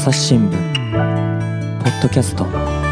朝日新聞ポッドキャスト。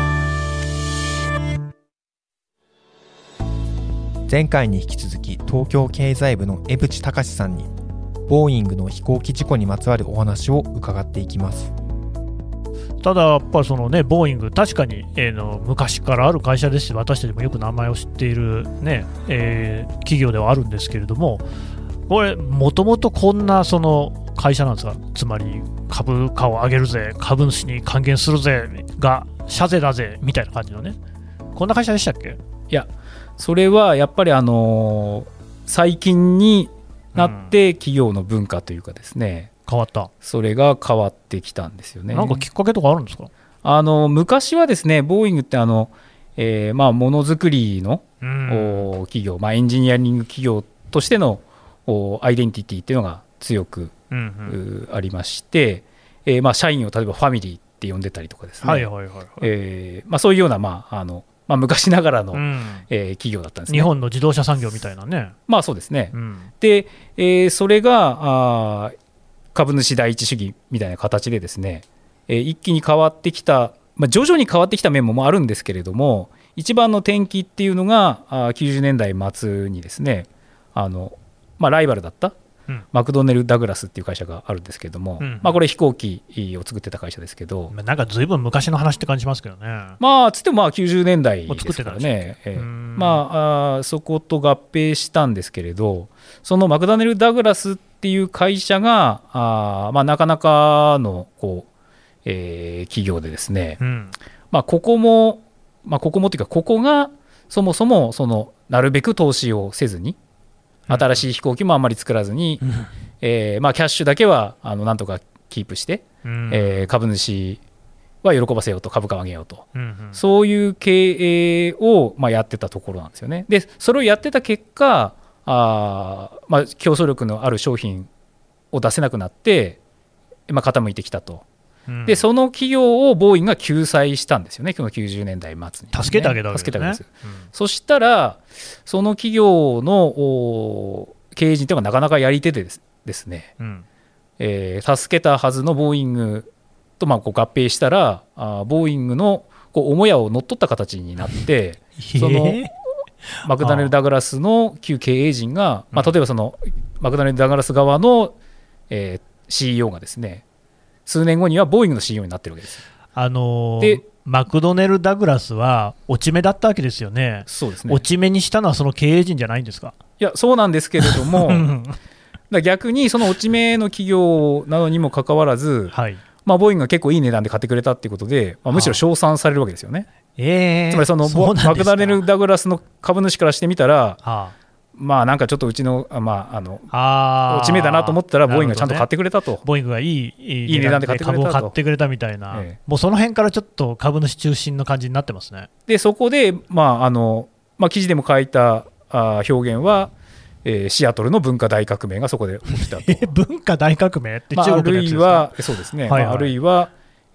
前回に引き続き東京経済部の江淵隆さんにボーイングの飛行機事故にまつわるお話を伺っていきます。 ただやっぱりそのね、ボーイング確かに、昔からある会社ですし、私たちもよく名前を知っている、ね企業ではあるんですけれども、これもともとこんなその会社なんですか？つまり株価を上げるぜ、株主に還元するぜが社税だぜみたいな感じのね、こんな会社でしたっけ？ いや、それはやっぱり最近になって企業の文化というかですね、 変わった。 それが変わってきたんですよね。 なんかきっかけとかあるんですか？ 昔はですね、ボーイングってものづくりの、企業、エンジニアリング企業としてのアイデンティティっていうのが強く、ありまして、社員を例えばファミリーって呼んでたりとかですね、そういうような、昔ながらの、企業だったんですね。 日本の自動車産業みたいなね。 そうですね、で、それが株主第一主義みたいな形でですね、一気に変わってきた、徐々に変わってきた面もあるんですけれども、一番の転機っていうのが90年代末にですね、ライバルだったマクドネル・ダグラスっていう会社があるんですけれども、これ飛行機を作ってた会社ですけど、 なんかずいぶん昔の話って感じしますけどね。 つっても90年代ですからね。そこと合併したんですけれど、そのマクドネル・ダグラスっていう会社がなかなかの企業でですね、ここもっていうか、ここがそもそもなるべく投資をせずに、新しい飛行機もあんまり作らずに、キャッシュだけはなんとかキープして、株主は喜ばせようと、株価を上げようと、そういう経営をやってたところなんですよね。でそれをやってた結果、競争力のある商品を出せなくなって、傾いてきたと。でその企業をボーイングが救済したんですよね、この90年代末に、ね、 助けてあげたわけですね。 そしたらその企業の経営陣というのがなかなかやり手でですね、助けたはずのボーイングと合併したら、ボーイングの母屋を乗っ取った形になってそのマクドネル・ダグラスの旧経営陣が、例えばそのマクドネル・ダグラス側の、CEO がですね、数年後にはボーイングの CEO になってるわけです。 でマクドネル・ダグラスは落ち目だったわけですよね。 そうですね。 落ち目にしたのはその経営陣じゃないんですか？ いや、そうなんですけれども逆にその落ち目の企業などにもかかわらず、ボーイングが結構いい値段で買ってくれたっていうことで、むしろ称賛されるわけですよね。つまりそのマクドネル・ダグラスの株主からしてみたら、なんかちょっとうちの、落ち目だなと思ったら、ボーイングがちゃんと買ってくれたと、 ボーイングがいい値段で株を買ってくれたみたいな、もうその辺からちょっと株主中心の感じになってますね。 でそこで、記事でも書いた表現は、シアトルの文化大革命がそこで起きたと。 文化大革命って中国のやつですか？ そうですね、あるいは、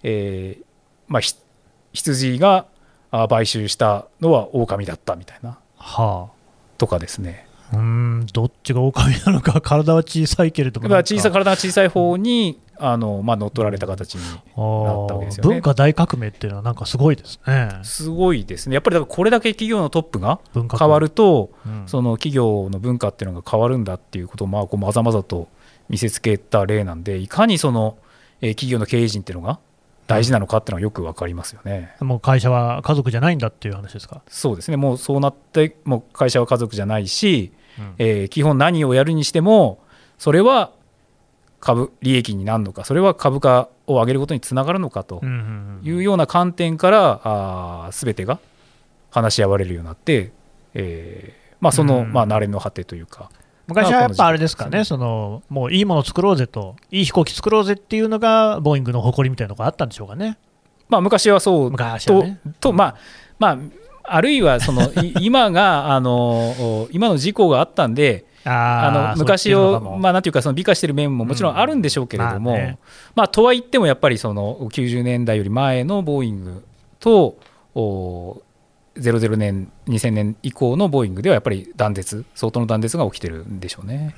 羊が買収したのは狼だったみたいな、とかですね。 どっちが狼なのか。体は小さいけれども、 体が小さい方に乗っ取られた形になったわけですよね。 文化大革命っていうのはなんかすごいですね。 すごいですね。やっぱりこれだけ企業のトップが変わると、その企業の文化っていうのが変わるんだっていうことをまざまざと見せつけた例なんで、いかにその企業の経営陣っていうのが大事なのかっていうのはよく分かりますよね。 もう会社は家族じゃないんだっていう話ですか？そうですね。 もうそうなって、もう会社は家族じゃないし、基本何をやるにしても、それは利益になるのか、それは株価を上げることにつながるのかというような観点から全てが話し合われるようになって、その慣れの果てというか、 昔はやっぱあれですかね、もういいもの作ろうぜと、いい飛行機作ろうぜっていうのがボーイングの誇りみたいなのがあったんでしょうかね。 昔はそうと、あるいは今の事故があったんで、昔をなんていうか、美化している面ももちろんあるんでしょうけれども、とはいってもやっぱり90年代より前のボーイングと 00年2000年以降のボーイングではやっぱり相当の断絶が起きてるんでしょうね。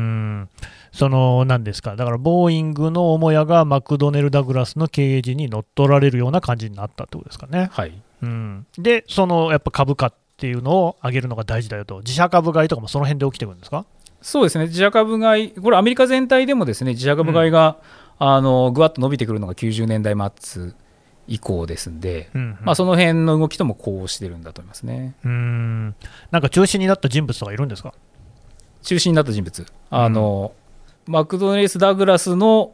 何ですか、だからボーイングの母屋がマクドネル・ダグラスの経営陣に乗っ取られるような感じになったってことですかね。 はい。 でやっぱ株価っていうのを上げるのが大事だよと、自社株買いとかもその辺で起きてるんですか？ そうですね、自社株買い、これアメリカ全体でもですね、自社株買いが、ぐわっと伸びてくるのが90年代末以降ですんで、その辺の動きともこうしてるんだと思いますね。 なんか中心になった人物とかいるんですか？ 中心になった人物、マクドネル・ダグラスの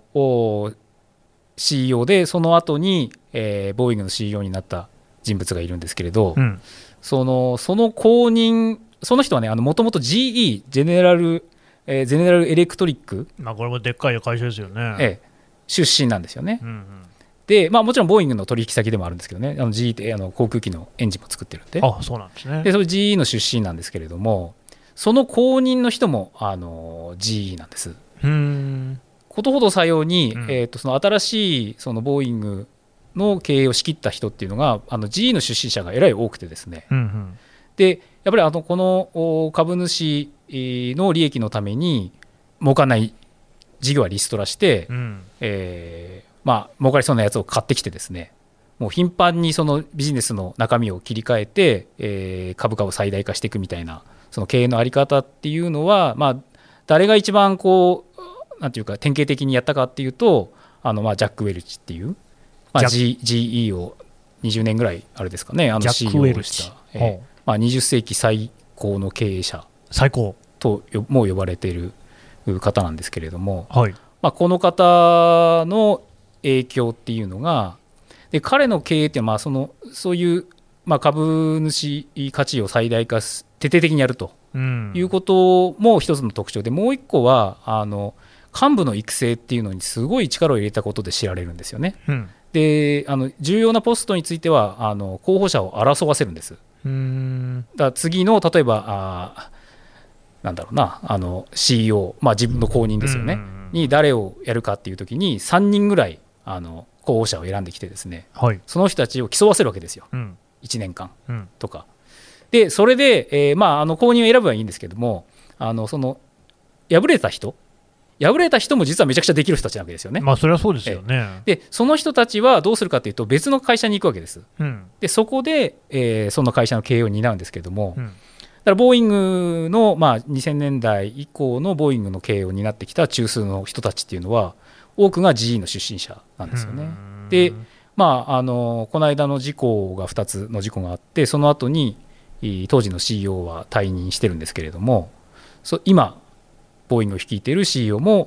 CEO で、その後に、ボーイングの CEO になった人物がいるんですけれど、その後任、その人はね、もともと GE ゼネラルエレクトリック、 これもでっかい会社ですよね、 出身なんですよね。でもちろんボーイングの取引先でもあるんですけどね、GE って航空機のエンジンも作ってるんで、 そうなんですね。 でそれ GE の出身なんですけれども、その後任の人もGE なんです。ことほどさように、その新しいそのボーイングの経営を仕切った人っていうのがGE の出身者がえらい多くてですね、でやっぱりこの株主の利益のために儲かんない事業はリストラして、儲かりそうなやつを買ってきてですね、もう頻繁にそのビジネスの中身を切り替えて、株価を最大化していくみたいな、その経営の在り方っていうのは、誰が一番なんていうか典型的にやったかっていうと、ジャック・ウェルチっていう、GE を20年ぐらいあれですかね、 ジャック・ウェルチ、 20世紀最高の経営者とも呼ばれている方なんですけれども、この方の影響っていうのが、で彼の経営っていうのはそういう、株主価値を最大化徹底的にやるということも一つの特徴で、もう一個は幹部の育成っていうのにすごい力を入れたことで知られるんですよね。で重要なポストについては候補者を争わせるんです。だから次の例えばなんだろうな、CEO、自分の後任ですよね、に誰をやるかっていう時に3人ぐらい候補者を選んできてですね、その人たちを競わせるわけですよ、1年間とか、でそれで、後任を選ぶはいいんですけども、その敗れた人も実はめちゃくちゃできる人たちなわけですよね。 それはそうですよね。 でその人たちはどうするかというと、別の会社に行くわけです。でそこで、その会社の経営を担うんですけれども、だからボーイングの、2000年代以降のボーイングの経営を担ってきた中枢の人たちっていうのは多くが GE の出身者なんですよね。で、この間の事故が2つの事故があって、その後に当時の CEO は退任してるんですけれども、今ボーイングを率いている CEO も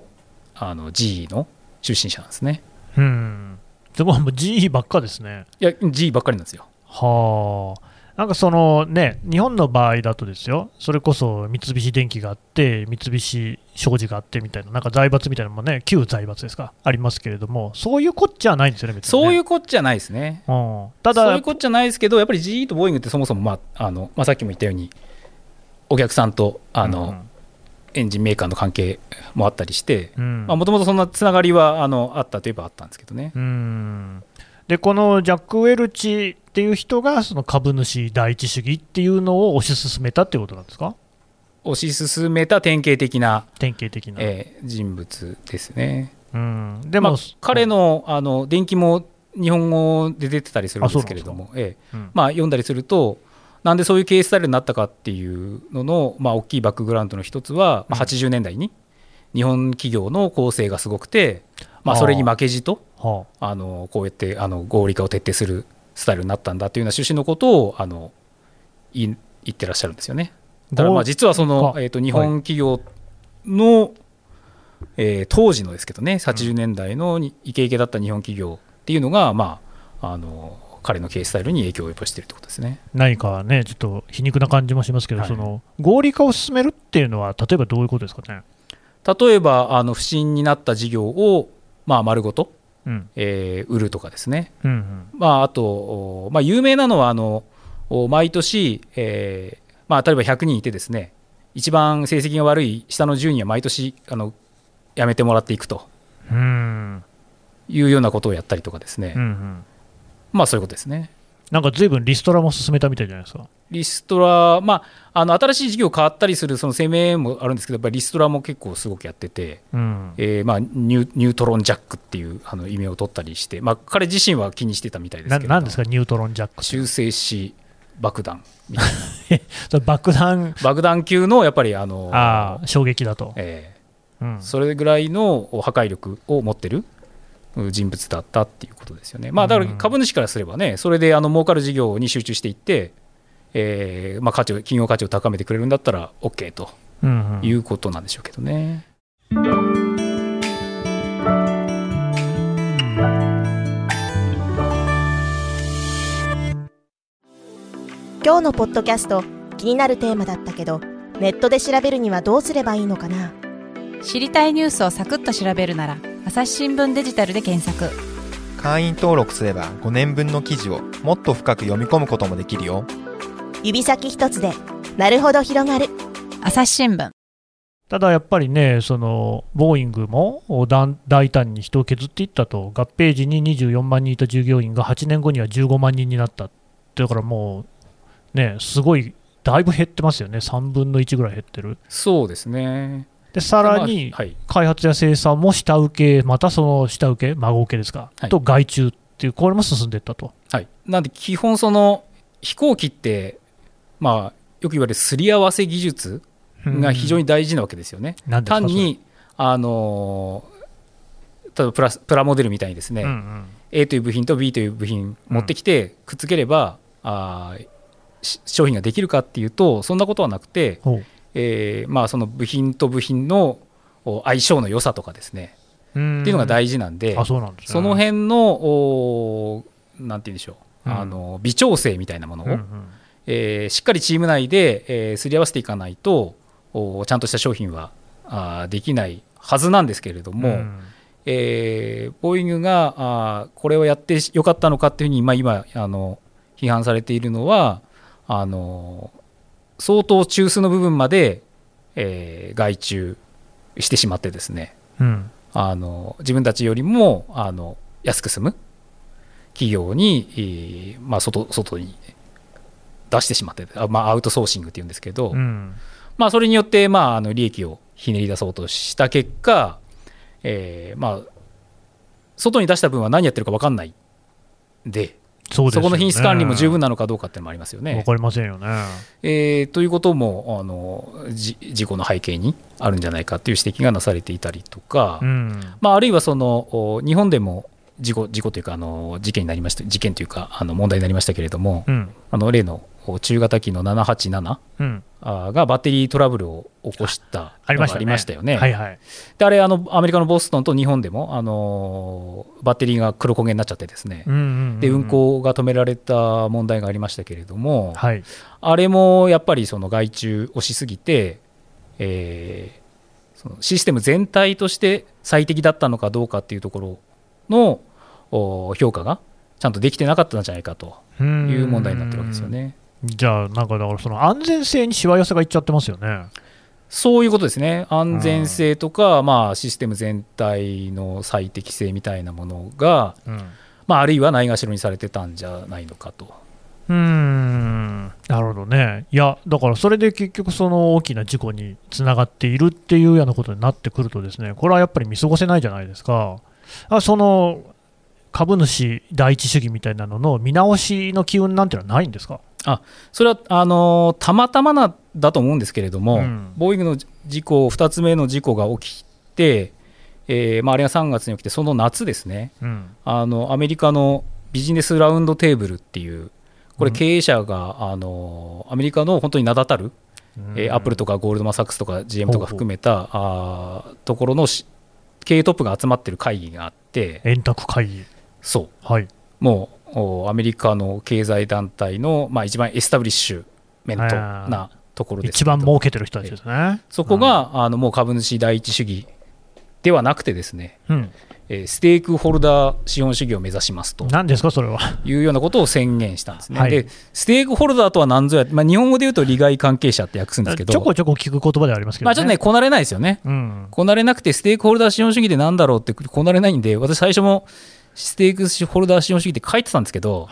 GE の出身者なんですね。 でもGE ばっかですね。 いや GE ばっかりなんですよ。 なんか日本の場合だとですよ、それこそ三菱電機があって、三菱商事があってみたいな、なんか財閥みたいなのもね、旧財閥ですか、ありますけれども、そういうこっちゃないんですよね、別にね。 そういうこっちゃないですね。 ただ、 そういうこっちゃないですけど、やっぱり GE とボーイングってそもそも、さっきも言ったように、お客さんとエンジンメーカーの関係もあったりして、もともとそんなつながりはあったといえばあったんですけどね。 でこのジャック・ウェルチっていう人がその株主第一主義っていうのを推し進めたっていうことなんですか？ 推し進めた典型的な人物ですね。 でも、 彼の伝記も日本語で出てたりするんですけれども、読んだりすると、なんでそういう経営スタイルになったかっていうのの、大きいバックグラウンドの一つは、80年代に日本企業の構成がすごくて、それに負けじとこうやって合理化を徹底するスタイルになったんだというような趣旨のことを言ってらっしゃるんですよね。だから実はその、日本企業の、当時のですけどね、80年代のイケイケだった日本企業っていうのが、彼の経営スタイルに影響を及ぼしているということですね。 何かね、ちょっと皮肉な感じもしますけど、その合理化を進めるっていうのは、例えばどういうことですかね。 例えば不振になった事業を丸ごと、売るとかですね。あと、有名なのは毎年、例えば100人いてですね、一番成績が悪い下の10人は毎年辞めてもらっていくというようなことをやったりとかですね。そういうことですね。 なんか随分リストラも進めたみたいじゃないですか。 リストラ、新しい事業変わったりするその声明もあるんですけど、やっぱりリストラも結構すごくやってて、ニュートロンジャックっていう意味を取ったりして、彼自身は気にしてたみたいですけど。 何ですかニュートロンジャック。 中性子爆弾みたいなそれ爆弾級のやっぱり衝撃だと、 それぐらいの破壊力を持ってる人物だったっていうことですよね。だから株主からすればね、それで儲かる事業に集中していって、企業価値を高めてくれるんだったら OK ということなんでしょうけどね。 今日のポッドキャスト、気になるテーマだったけど、ネットで調べるにはどうすればいいのかな。 知りたいニュースをサクッと調べるなら朝日新聞デジタルで検索。 会員登録すれば5年分の記事をもっと深く読み込むこともできるよ。 指先一つでなるほど広がる朝日新聞。 ただやっぱりね、そのボーイングも大胆に人を削っていったと。合併時に24万人いた従業員が8年後には15万人になった。だからもうね、すごいだいぶ減ってますよね。3分の1ぐらい減ってる。 そうですね。 でさらに開発や生産も下請け、またその下請け、孫請けですか、と外注っていう、これも進んでいったと。 なんで基本その飛行機って、よく言われるすり合わせ技術が非常に大事なわけですよね。単に例えばプラモデルみたいにですね、A という部品と B という部品持ってきてくっつければ、商品ができるかっていうとそんなことはなくて、その部品と部品の相性の良さとかですねっていうのが大事なんで、その辺のなんて言うんでしょう、微調整みたいなものを、しっかりチーム内ですり合わせていかないとちゃんとした商品はできないはずなんですけれども、ボーイングがこれをやってよかったのかっていうふうに今批判されているのは相当中枢の部分まで、外注してしまってですね、自分たちよりも安く済む企業に、外に出してしまって、アウトソーシングっていうんですけど、それによって、利益をひねり出そうとした結果、外に出した分は何やってるか分かんないんで、そこの品質管理も十分なのかどうかっていうのもありますよね。 分かりませんよね。 ということも事故の背景にあるんじゃないかという指摘がなされていたりとか、あるいはその日本でも事故というか事件になりました、事件というか問題になりましたけれども、例の中型機の787、がバッテリートラブルを起こしたのがありましたよね。であれアメリカのボストンと日本でもバッテリーが黒焦げになっちゃってですね、で運行が止められた問題がありましたけれども、あれもやっぱりその外注をしすぎて、そのシステム全体として最適だったのかどうかっていうところの評価がちゃんとできてなかったんじゃないかという問題になってるわけですよね。 じゃあだからその安全性にしわ寄せがいっちゃってますよね。 そういうことですね。安全性とか、システム全体の最適性みたいなものが、あるいはないがしろにされてたんじゃないのかと。 なるほどね。いやだからそれで結局その大きな事故につながっているっていうようなことになってくるとですね、これはやっぱり見過ごせないじゃないですか。その株主第一主義みたいなのの見直しの機運なんていうのはないんですか。 それはたまたまだと思うんですけれども、ボーイングの事故2つ目の事故が起きて、あれが3月に起きてその夏ですね、アメリカのビジネスラウンドテーブルっていうこれ経営者がアメリカの本当に名だたる、アップルとかゴールドマン・サックスとか GM とか含めたところの経営トップが集まってる会議があって、 円卓会議。 そう、もうアメリカの経済団体の、一番エスタブリッシュメントなところですけど、 一番儲けてる人たちですね。 そこが、もう株主第一主義ではなくてですね、ステークホルダー資本主義を目指しますと。 何ですかそれは。 いうようなことを宣言したんですね。でステークホルダーとは何ぞや、日本語で言うと利害関係者って訳すんですけど、 ちょこちょこ聞く言葉ではありますけどね。 ちょっとねこなれないですよね。こなれなくて、ステークホルダー資本主義で何だろうってこなれないんで、私最初もステークホルダー資本主義って書いてたんですけど、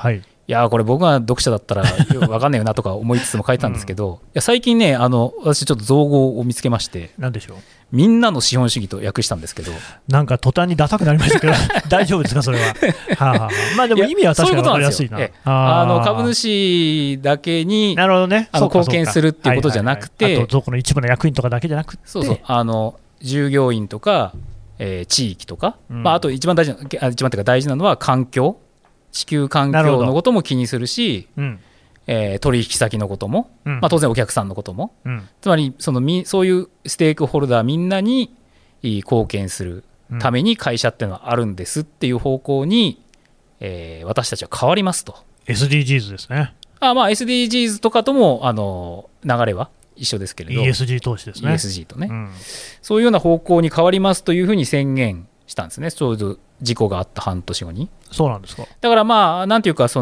いやこれ僕が読者だったら分かんないよなとか思いつつも書いてたんですけど、いや最近ね私ちょっと造語を見つけまして、 何でしょう。 みんなの資本主義と訳したんですけど、 なんか途端にダサくなりましたけど大丈夫ですかそれは。まあでも意味は確かに分かりやすいな。 株主だけになるほど、ね、 貢献するっていうことじゃなくて、 あとそこの一部の役員とかだけじゃなくて、 従業員とか、地域とか、あと一番大事なのは環境、地球環境のことも気にするし、取引先のことも、当然お客さんのことも、つまりそういうステークホルダーみんなに貢献するために会社っていうのはあるんですっていう方向に、私たちは変わりますと。 SDGs ですね。 SDGs とかとも流れは一緒ですけれど、 ESG 投資ですね。 ESG とね、そういうような方向に変わりますというふうに宣言したんですね、ちょうど事故があった半年後に。 そうなんですか。 だからなんていうか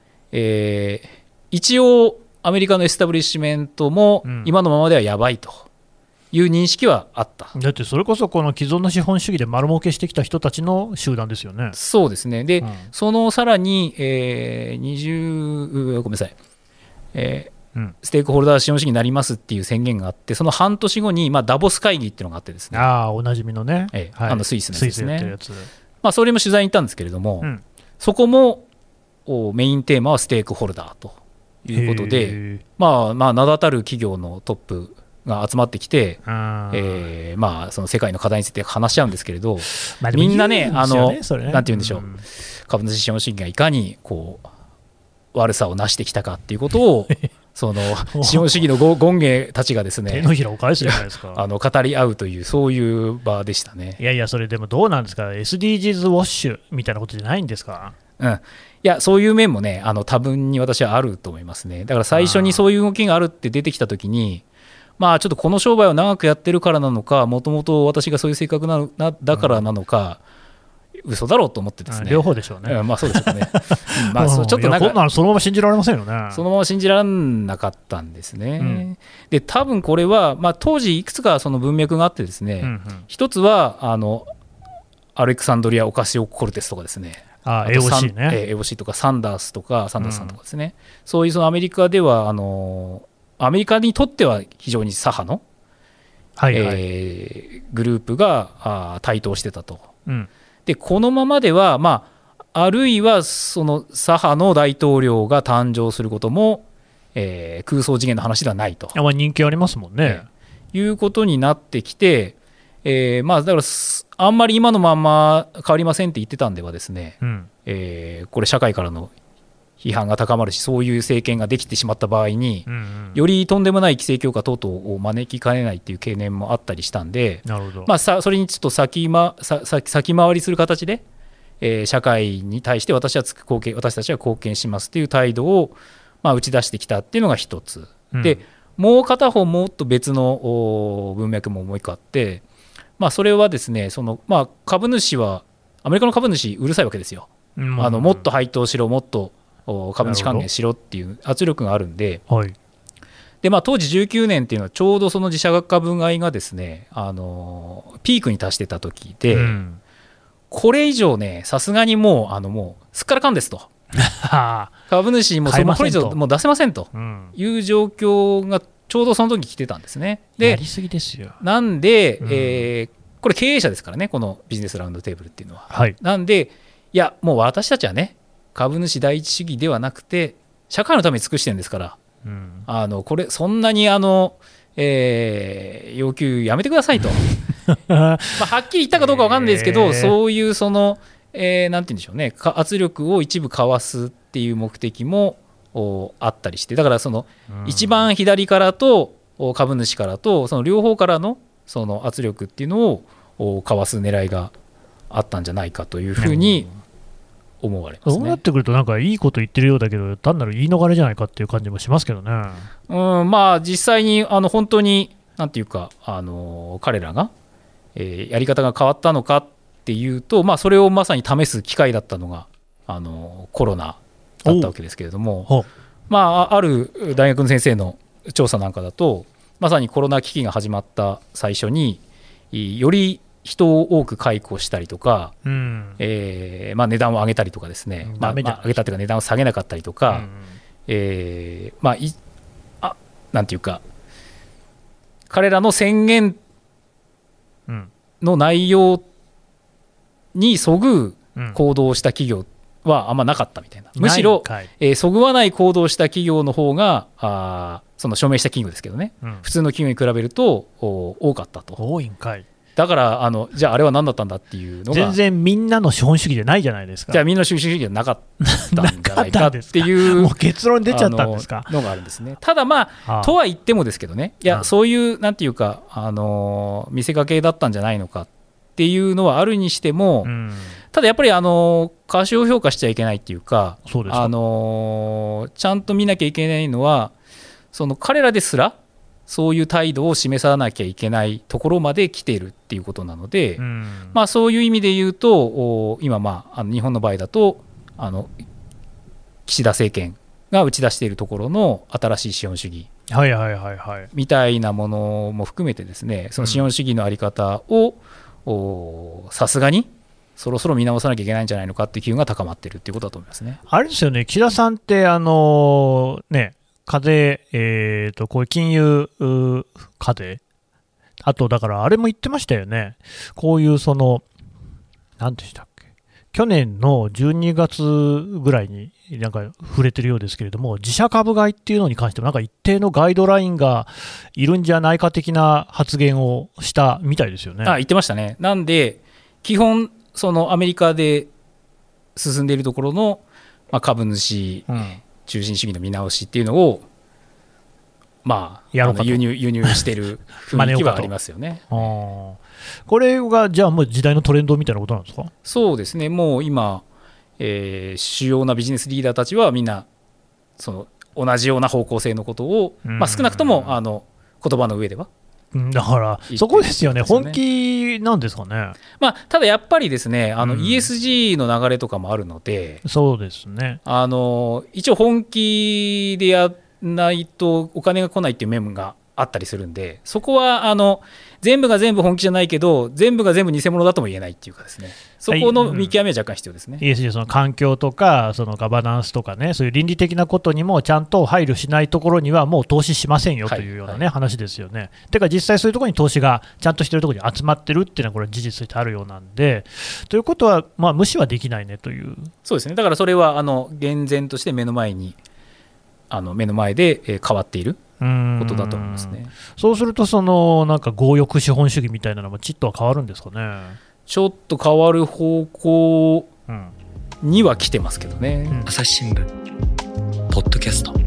一応アメリカのエスタブリッシュメントも今のままではやばいという認識はあった。 だってそれこそこの既存の資本主義で丸儲けしてきた人たちの集団ですよね。 そうですね。で、そのさらに、ごめんなさい、ステークホルダー資本主義になりますっていう宣言があって、その半年後に、ダボス会議っていうのがあってですね、 おなじみのね、 スイスのやつですね。 スそれも取材に行ったんですけれども、そこもメインテーマはステークホルダーということで、名だたる企業のトップが集まってきて、その世界の課題について話し合うんですけれど、みんなね、なんて言うんでしょう、株主資本主義がいかに悪さをなしてきたかっていうことをその資本主義の権芸たちがですね、 手のひらを返すじゃないですか語り合うという、そういう場でしたね。 いやいや、それでもどうなんですか、 SDGs ウォッシュみたいなことじゃないんですか。 いや、そういう面もね、多分に私はあると思いますね。だから最初にそういう動きがあるって出てきたときに、ちょっとこの商売を長くやってるからなのか、もともと私がそういう性格だからなのか、嘘だろうと思ってですね。 両方でしょうね。 そうですよね。ちょっとなんかこんなのそのまま信じられませんよね。 そのまま信じられなかったんですね。で、多分これは、当時いくつかその文脈があってですね、一つはアレクサンドリア・オカシオ・コルテスとかですね、 AOC ね、 AOC とかサンダースさんとかですね、そういうそのアメリカではアメリカにとっては非常に左派の、グループが台頭してたと。でこのままでは、あるいはその左派の大統領が誕生することも、空想次元の話ではないと、 人気ありますもんね、 いうことになってきて、だからあんまり今のまま変わりませんって言ってたんではですね、これ社会からの批判が高まるし、そういう政権ができてしまった場合に、よりとんでもない規制強化等々を招きかねないっていう懸念もあったりしたんで、それにちょっと先回りする形で、社会に対して私たちは貢献しますっていう態度を、打ち出してきたっていうのが一つ、でもう片方もっと別の文脈ももう一個あって、それはですね、株主はアメリカの株主うるさいわけですよ。もっと配当しろ、もっと株主還元しろっていう圧力があるんで、で当時19年っていうのはちょうどその自社株買いがですね、ピークに達してた時で、これ以上ね、さすがにもうすっからかんですと株主もこれ以上もう出せませんという状況がちょうどその時来てたんですね。でやりすぎですよ。 なんで、これ経営者ですからね、このビジネスラウンドテーブルっていうのは、なんで、いやもう私たちはね、株主第一主義ではなくて社会のために尽くしてるんですから、これそんなに要求やめてくださいとはっきり言ったかどうか分かんないですけど、そういうなんて言うんでしょうね、圧力を一部かわすっていう目的もあったりして、だからその一番左からと株主からとその両方からのその圧力っていうのをかわす狙いがあったんじゃないかというふうに思われますね。 そうなってくるとなんかいいこと言ってるようだけど、単なる言い逃れじゃないかっていう感じもしますけどね。 実際に本当になんていうか彼らが、やり方が変わったのかっていうと、それをまさに試す機会だったのがコロナだったわけですけれども、ある大学の先生の調査なんかだと、まさにコロナ危機が始まった最初により人を多く解雇したりとか、 うん値段を上げたりとかですね、上げたというか値段を下げなかったりとか、なんていうか彼らの宣言の内容にそぐ行動をした企業はあんまなかったみたいな、むしろそぐわない行動をした企業の方がその署名した企業ですけどね、普通の企業に比べると多かったと。 多いんかい。 だからじゃああれは何だったんだっていうのが全然みんなの資本主義じゃないじゃないですか。 じゃあみんなの資本主義じゃなかったんじゃないかっていうもう結論出ちゃったんですかのがあるんですね。ただとは言ってもですけどね、いやそういうなんていうか見せかけだったんじゃないのかっていうのはあるにしても、ただやっぱり過小評価しちゃいけないっていうか、 そうですか。 ちゃんと見なきゃいけないのはその彼らですらそういう態度を示さなきゃいけないところまで来ているっていうことなので、そういう意味で言うと今日本の場合だと岸田政権が打ち出しているところの新しい資本主義みたいなものも含めてですね、その資本主義の在り方をさすがにそろそろ見直さなきゃいけないんじゃないのかっていう機運が高まっているっていうことだと思いますね。 あれですよね、岸田さんって課税、こういう金融課税、あとだからあれも言ってましたよね、こういう何でしたっけ、去年の12月ぐらいになんか触れてるようですけれども、自社株買いっていうのに関してもなんか一定のガイドラインがいるんじゃないか的な発言をしたみたいですよね。 言ってましたね。なんで基本アメリカで進んでいるところの、株主中心主義の見直しっていうのを輸入してる雰囲気はありますよね。 これがじゃあもう時代のトレンドみたいなことなんですか？ そうですね。もう今、主要なビジネスリーダーたちはみんな同じような方向性のことを、少なくとも言葉の上では。 だからそこですよね、本気なんですかね。 ただやっぱりですね、ESG の流れとかもあるので、 そうですね、 一応本気でやらないとお金が来ないっていう面があったりするんで、そこは全部が全部本気じゃないけど全部が全部偽物だとも言えないっていうかですね、そこの見極めは若干必要ですね。 ESG、その環境とかそのガバナンスとかね、そういう倫理的なことにもちゃんと配慮しないところにはもう投資しませんよというような話ですよね。てか実際そういうところに投資がちゃんとしているところに集まってるっていうのはこれは事実としてあるようなんで、ということは無視はできないねという。 そうですね。だからそれは厳然として目の前で変わっていることだと思いますね。 そうするとなんか強欲資本主義みたいなのもちっとは変わるんですかね。 ちょっと変わる方向には来てますけどね。 朝日新聞ポッドキャスト。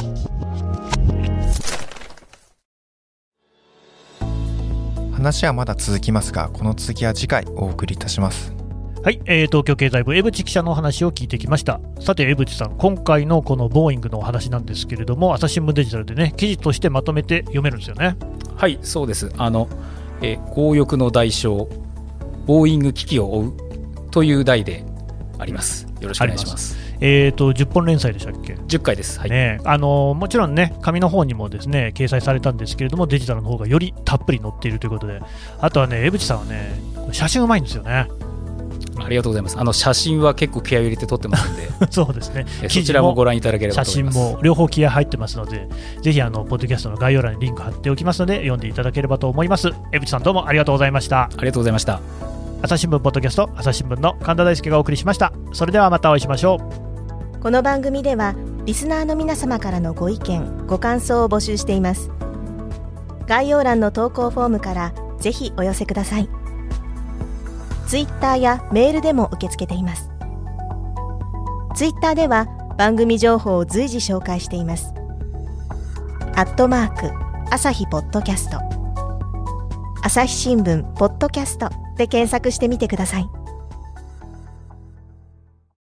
話はまだ続きますが、この続きは次回お送りいたします。 はい、東京経済部江渕記者のお話を聞いてきました。さて江渕さん、今回のこのボーイングのお話なんですけれども、朝日新聞デジタルでね記事としてまとめて読めるんですよね。 はい、そうです。強欲の代償、ボーイング危機を追うという題であります。よろしくお願いします。 10本連載でしたっけ ？10回です、はい。 もちろんね紙の方にもですね掲載されたんですけれども、デジタルの方がよりたっぷり載っているということで、あとはね江渕さんはね写真うまいんですよね。 ありがとうございます。写真は結構気合を入れて撮ってますのでそうですね、 そちらもご覧いただければと思います。 写真も両方気合入ってますので、ぜひポッドキャストの概要欄にリンク貼っておきますので読んでいただければと思います。江渕さんどうもありがとうございました。 ありがとうございました。 朝日新聞ポッドキャスト、朝日新聞の神田大輔がお送りしました。それではまたお会いしましょう。この番組ではリスナーの皆様からのご意見ご感想を募集しています。概要欄の投稿フォームからぜひお寄せください。ツイッターやメールでも受け付けています。ツイッターでは番組情報を随時紹介しています。@朝日ポッドキャスト、朝日新聞ポッドキャストで検索してみてください。